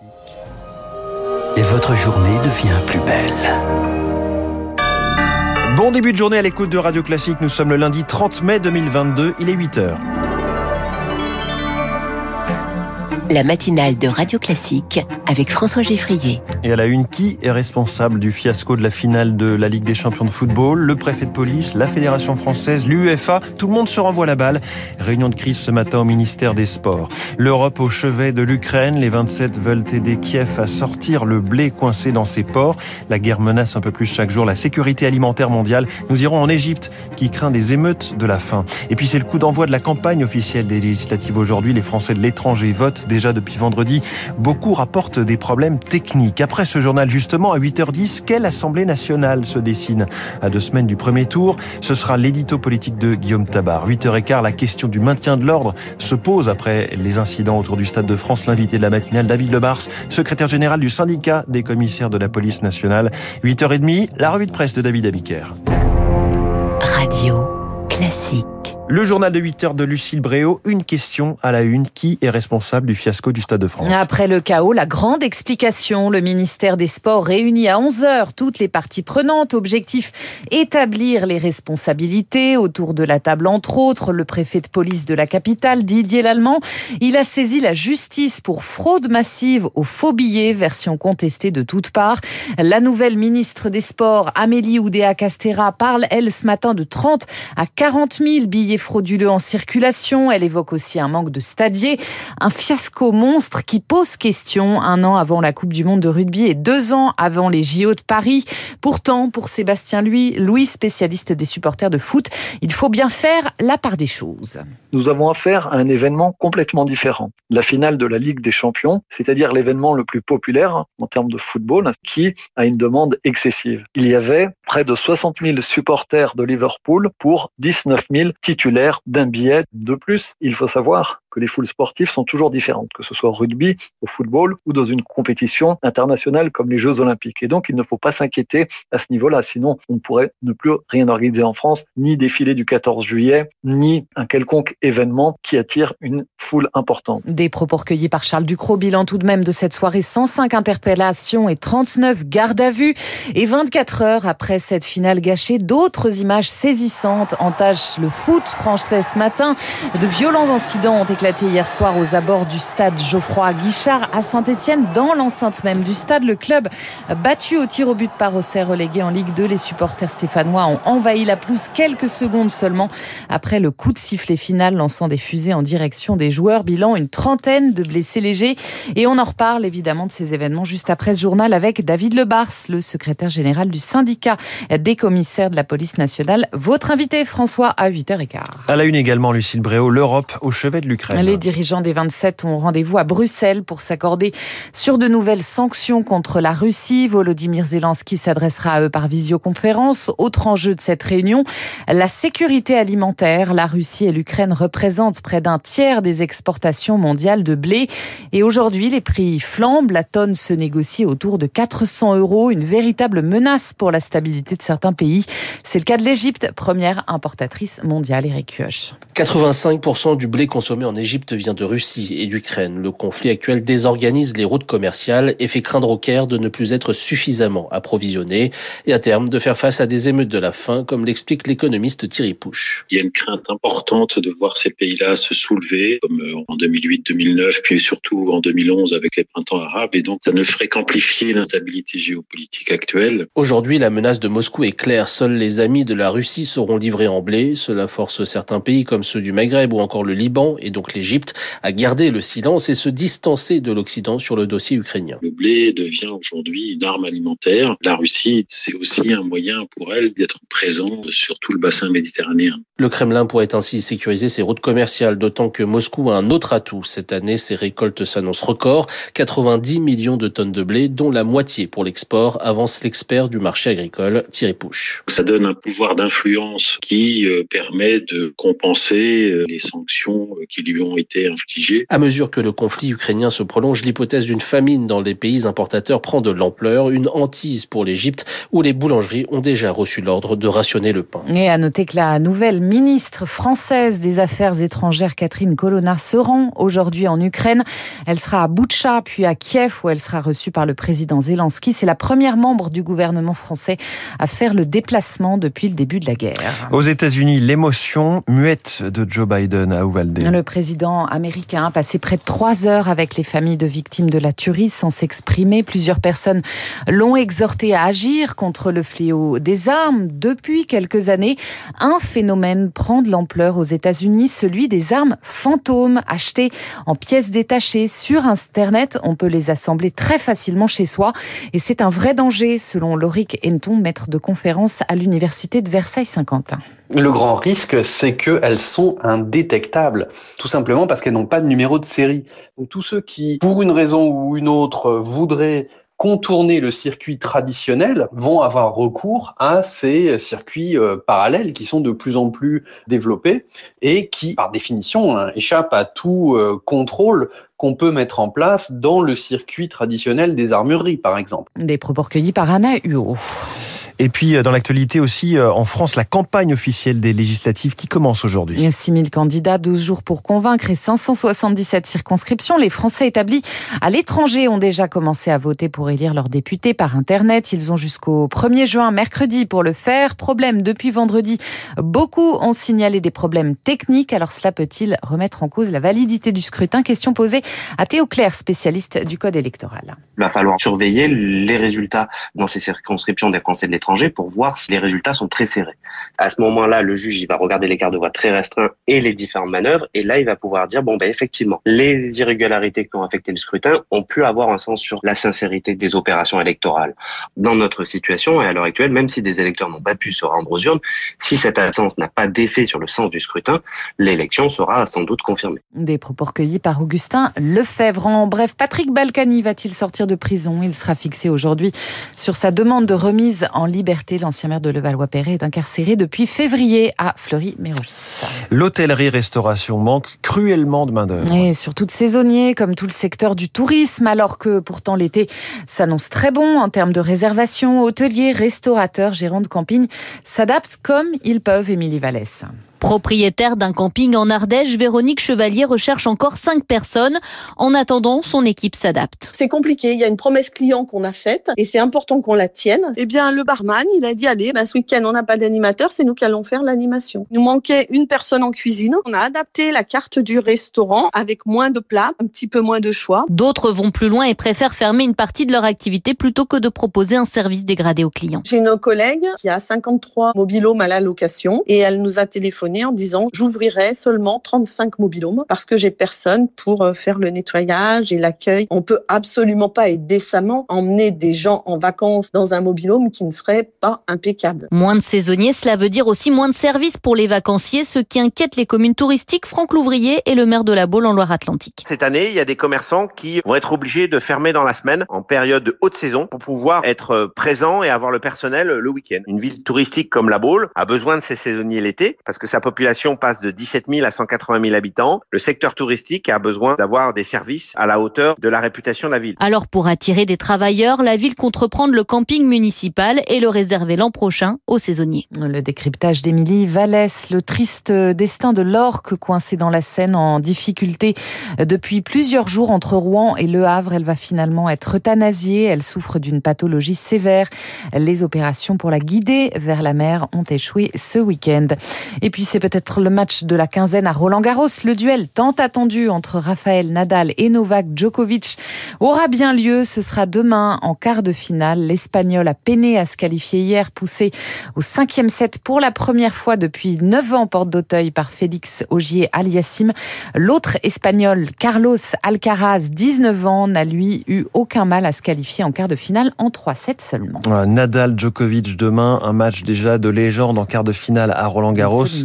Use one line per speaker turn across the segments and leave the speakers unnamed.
Et votre journée devient plus belle.
Bon début de journée à l'écoute de Radio Classique. Nous sommes le lundi 30 mai 2022, il est 8h.
La matinale de Radio Classique avec François Geffrier.
Et à la une, qui est responsable du fiasco de la finale de la Ligue des champions de football? Le préfet de police, la Fédération française, l'UEFA, tout le monde se renvoie la balle. Réunion de crise ce matin au ministère des Sports. L'Europe au chevet de l'Ukraine, les 27 veulent aider Kiev à sortir le blé coincé dans ses ports. La guerre menace un peu plus chaque jour la sécurité alimentaire mondiale. Nous irons en Égypte, qui craint des émeutes de la faim. Et puis c'est le coup d'envoi de la campagne officielle des législatives aujourd'hui. Les Français de l'étranger votent déjà depuis vendredi. Beaucoup rapportent des problèmes techniques. Après ce journal, justement, à 8h10, quelle Assemblée nationale se dessine? À 2 semaines du premier tour, ce sera l'édito politique de Guillaume Tabar. 8h15, la question du maintien de l'ordre se pose après les incidents autour du Stade de France. L'invité de la matinale, David Lebars, secrétaire général du syndicat des commissaires de la police nationale. 8h30, la revue de presse de David Abiker.
Radio Classique.
Le journal de 8h de Lucille Bréau, une question à la une. Qui est responsable du fiasco du Stade de France?
Après le chaos, la grande explication. Le ministère des Sports réunit à 11h toutes les parties prenantes. Objectif, établir les responsabilités. Autour de la table, entre autres, le préfet de police de la capitale, Didier Lallemand. Il a saisi la justice pour fraude massive aux faux billets, version contestée de toutes parts. La nouvelle ministre des Sports, Amélie Oudéa-Castéra, parle, elle, ce matin, de 30 à 40 000 billets frauduleux en circulation. Elle évoque aussi un manque de stadiers, un fiasco monstre qui pose question 1 an avant la Coupe du Monde de rugby et 2 ans avant les JO de Paris. Pourtant, pour Sébastien Louis, spécialiste des supporters de foot, il faut bien faire la part des choses.
Nous avons affaire à un événement complètement différent. La finale de la Ligue des champions, c'est-à-dire l'événement le plus populaire en termes de football, qui a une demande excessive. Il y avait près de 60 000 supporters de Liverpool pour 19 000 titulaires d'un billet de plus. Il faut savoir que les foules sportives sont toujours différentes, que ce soit au rugby, au football ou dans une compétition internationale comme les Jeux Olympiques. Et donc, il ne faut pas s'inquiéter à ce niveau-là, sinon on ne pourrait ne plus rien organiser en France, ni défilé du 14 juillet, ni un quelconque événement qui attire une foule importante.
Des propos recueillis par Charles Ducrot. Bilan tout de même de cette soirée, 105 interpellations et 39 gardes à vue. Et 24 heures après cette finale gâchée, d'autres images saisissantes entachent le foot français ce matin. De violents incidents ont éclaté hier soir aux abords du stade Geoffroy-Guichard à Saint-Étienne, dans l'enceinte même du stade. Le club battu au tir au but par Auxerre, relégué en Ligue 2. Les supporters stéphanois ont envahi la pelouse quelques secondes seulement après le coup de sifflet final, lançant des fusées en direction des joueurs. Bilan, une trentaine de blessés légers. Et on en reparle évidemment de ces événements juste après ce journal avec David Lebars, le secrétaire général du syndicat des commissaires de la police nationale. Votre invité, François, à 8h15.
À la une également, Lucille Bréau, l'Europe au chevet de l'Ukraine.
Les dirigeants des 27 ont rendez-vous à Bruxelles pour s'accorder sur de nouvelles sanctions contre la Russie. Volodymyr Zelensky s'adressera à eux par visioconférence. Autre enjeu de cette réunion, la sécurité alimentaire. La Russie et l'Ukraine représentent près d'un tiers des exportations mondiales de blé. Et aujourd'hui, les prix flambent. La tonne se négocie autour de 400 €. Une véritable menace pour la stabilité de certains pays. C'est le cas de l'Égypte, première importatrice mondiale. Eric Kioch.
85% du blé consommé en Égypte vient de Russie et d'Ukraine. Le conflit actuel désorganise les routes commerciales et fait craindre au Caire de ne plus être suffisamment approvisionné et à terme de faire face à des émeutes de la faim, comme l'explique l'économiste Thierry Pouche.
Il y a une crainte importante de voir ces pays-là se soulever, comme en 2008-2009, puis surtout en 2011 avec les printemps arabes, et donc ça ne ferait qu'amplifier l'instabilité géopolitique actuelle.
Aujourd'hui, la menace de Moscou est claire. Seuls les amis de la Russie seront livrés en blé. Cela force certains pays comme ceux du Maghreb ou encore le Liban et donc l'Égypte à garder le silence et se distancer de l'Occident sur le dossier ukrainien.
Le blé devient aujourd'hui une arme alimentaire. La Russie, c'est aussi un moyen pour elle d'être présent sur tout le bassin méditerranéen.
Le Kremlin pourrait ainsi sécuriser ses routes commerciales, d'autant que Moscou a un autre atout. Cette année, ses récoltes s'annoncent record. 90 millions de tonnes de blé, dont la moitié pour l'export, avance l'expert du marché agricole, Thierry Pouche.
Ça donne un pouvoir d'influence qui permet de compenser les sanctions qui lui ont été infligés.
À mesure que le conflit ukrainien se prolonge, l'hypothèse d'une famine dans les pays importateurs prend de l'ampleur. Une hantise pour l'Égypte où les boulangeries ont déjà reçu l'ordre de rationner le pain.
Et à noter que la nouvelle ministre française des Affaires étrangères, Catherine Colonna, se rend aujourd'hui en Ukraine. Elle sera à Boutcha, puis à Kiev, où elle sera reçue par le président Zelensky. C'est la première membre du gouvernement français à faire le déplacement depuis le début de la guerre.
Aux États-Unis, l'émotion muette de Joe Biden à Uvalde.
Le président américain a passé près de 3 heures avec les familles de victimes de la tuerie sans s'exprimer. Plusieurs personnes l'ont exhorté à agir contre le fléau des armes. Depuis quelques années, un phénomène prend de l'ampleur aux États-Unis, celui des armes fantômes achetées en pièces détachées sur Internet. On peut les assembler très facilement chez soi et c'est un vrai danger, selon Lorik Henton, maître de conférence à l'université de Versailles-Saint-Quentin.
Le grand risque, c'est qu'elles sont indétectables, tout simplement parce qu'elles n'ont pas de numéro de série. Donc tous ceux qui, pour une raison ou une autre, voudraient contourner le circuit traditionnel vont avoir recours à ces circuits parallèles qui sont de plus en plus développés et qui, par définition, échappent à tout contrôle qu'on peut mettre en place dans le circuit traditionnel des armureries, par exemple.
Des propos recueillis par Anna Huot.
Et puis, dans l'actualité aussi, en France, la campagne officielle des législatives qui commence aujourd'hui.
Il y a 6000 candidats, 12 jours pour convaincre et 577 circonscriptions. Les Français établis à l'étranger ont déjà commencé à voter pour élire leurs députés par Internet. Ils ont jusqu'au 1er juin, mercredi, pour le faire. Problème, depuis vendredi, beaucoup ont signalé des problèmes techniques. Alors cela peut-il remettre en cause la validité du scrutin? Question posée à Théo Claire, spécialiste du code électoral.
Il va falloir surveiller les résultats dans ces circonscriptions des Français de l'étranger pour voir si les résultats sont très serrés. À ce moment-là, le juge il va regarder l'écart de voix très restreint et les différentes manœuvres et là, il va pouvoir dire effectivement, les irrégularités qui ont affecté le scrutin ont pu avoir un sens sur la sincérité des opérations électorales. Dans notre situation, et à l'heure actuelle, même si des électeurs n'ont pas pu se rendre aux urnes, si cette absence n'a pas d'effet sur le sens du scrutin, l'élection sera sans doute confirmée.
Des propos recueillis par Augustin Lefebvre. En bref, Patrick Balkany va-t-il sortir de prison? Il sera fixé aujourd'hui sur sa demande de remise en liberté. L'ancien maire de Levallois-Perret est incarcéré depuis février à Fleury-Mérogis.
L'hôtellerie-restauration manque cruellement de main-d'œuvre.
Et surtout de saisonniers, comme tout le secteur du tourisme, alors que pourtant l'été s'annonce très bon en termes de réservation. Hôteliers, restaurateurs, gérants de camping s'adaptent comme ils peuvent. Émilie Vallès.
Propriétaire d'un camping en Ardèche, Véronique Chevalier recherche encore 5 personnes. En attendant, son équipe s'adapte.
C'est compliqué, il y a une promesse client qu'on a faite et c'est important qu'on la tienne. Eh bien, le barman, il a dit, allez, ce week-end, on n'a pas d'animateur, c'est nous qui allons faire l'animation. Il nous manquait une personne en cuisine. On a adapté la carte du restaurant avec moins de plats, un petit peu moins de choix.
D'autres vont plus loin et préfèrent fermer une partie de leur activité plutôt que de proposer un service dégradé aux clients.
J'ai une collègue qui a 53 mobil-homes à la location et elle nous a téléphoné en disant j'ouvrirai seulement 35 mobil-homes parce que j'ai personne pour faire le nettoyage et l'accueil. On peut absolument pas et décemment emmener des gens en vacances dans un mobil-home qui ne serait pas impeccable.
Moins de saisonniers, cela veut dire aussi moins de services pour les vacanciers, ce qui inquiète les communes touristiques. Franck Louvrier est le maire de La Baule en Loire-Atlantique.
Cette année, il y a des commerçants qui vont être obligés de fermer dans la semaine en période de haute saison pour pouvoir être présents et avoir le personnel le week-end. Une ville touristique comme La Baule a besoin de ses saisonniers l'été parce que sa population passe de 17 000 à 180 000 habitants. Le secteur touristique a besoin d'avoir des services à la hauteur de la réputation de la ville.
Alors pour attirer des travailleurs, la ville compte reprendre le camping municipal et le réserver l'an prochain aux saisonniers.
Le décryptage d'Émilie Vallès, le triste destin de l'orque coincée dans la Seine en difficulté depuis plusieurs jours entre Rouen et Le Havre. Elle va finalement être euthanasiée. Elle souffre d'une pathologie sévère. Les opérations pour la guider vers la mer ont échoué ce week-end. Et puis c'est peut-être le match de la quinzaine à Roland-Garros. Le duel tant attendu entre Rafael Nadal et Novak Djokovic aura bien lieu. Ce sera demain en quart de finale. L'Espagnol a peiné à se qualifier hier, poussé au 5e set pour la première fois depuis 9 ans, porte d'Auteuil par Félix Auger-Aliassime. L'autre Espagnol, Carlos Alcaraz, 19 ans, n'a lui eu aucun mal à se qualifier en quart de finale en 3-7 seulement.
Nadal Djokovic demain, un match déjà de légende en quart de finale à Roland-Garros. Absolument.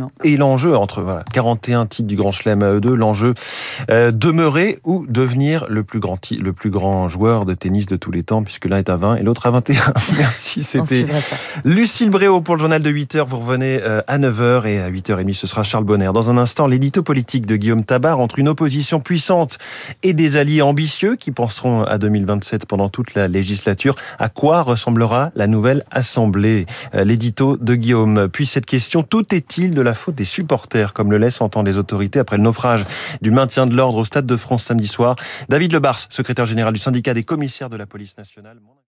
41.
Et l'enjeu, entre 41 titres du Grand Chelem à eux deux, l'enjeu demeurer ou devenir le plus grand joueur de tennis de tous les temps, puisque l'un est à 20 et l'autre à 21. Merci, c'était Lucille Bréau pour le journal de 8h. Vous revenez à 9h et à 8h30, ce sera Charles Bonner. Dans un instant, l'édito politique de Guillaume Tabar entre une opposition puissante et des alliés ambitieux qui penseront à 2027 pendant toute la législature. À quoi ressemblera la nouvelle Assemblée? L'édito de Guillaume. Puis cette question, tout est-il de la faute des supporters, comme le laissent entendre les autorités après le naufrage du maintien de l'ordre au Stade de France samedi soir? David Lebars, secrétaire général du syndicat des commissaires de la police nationale.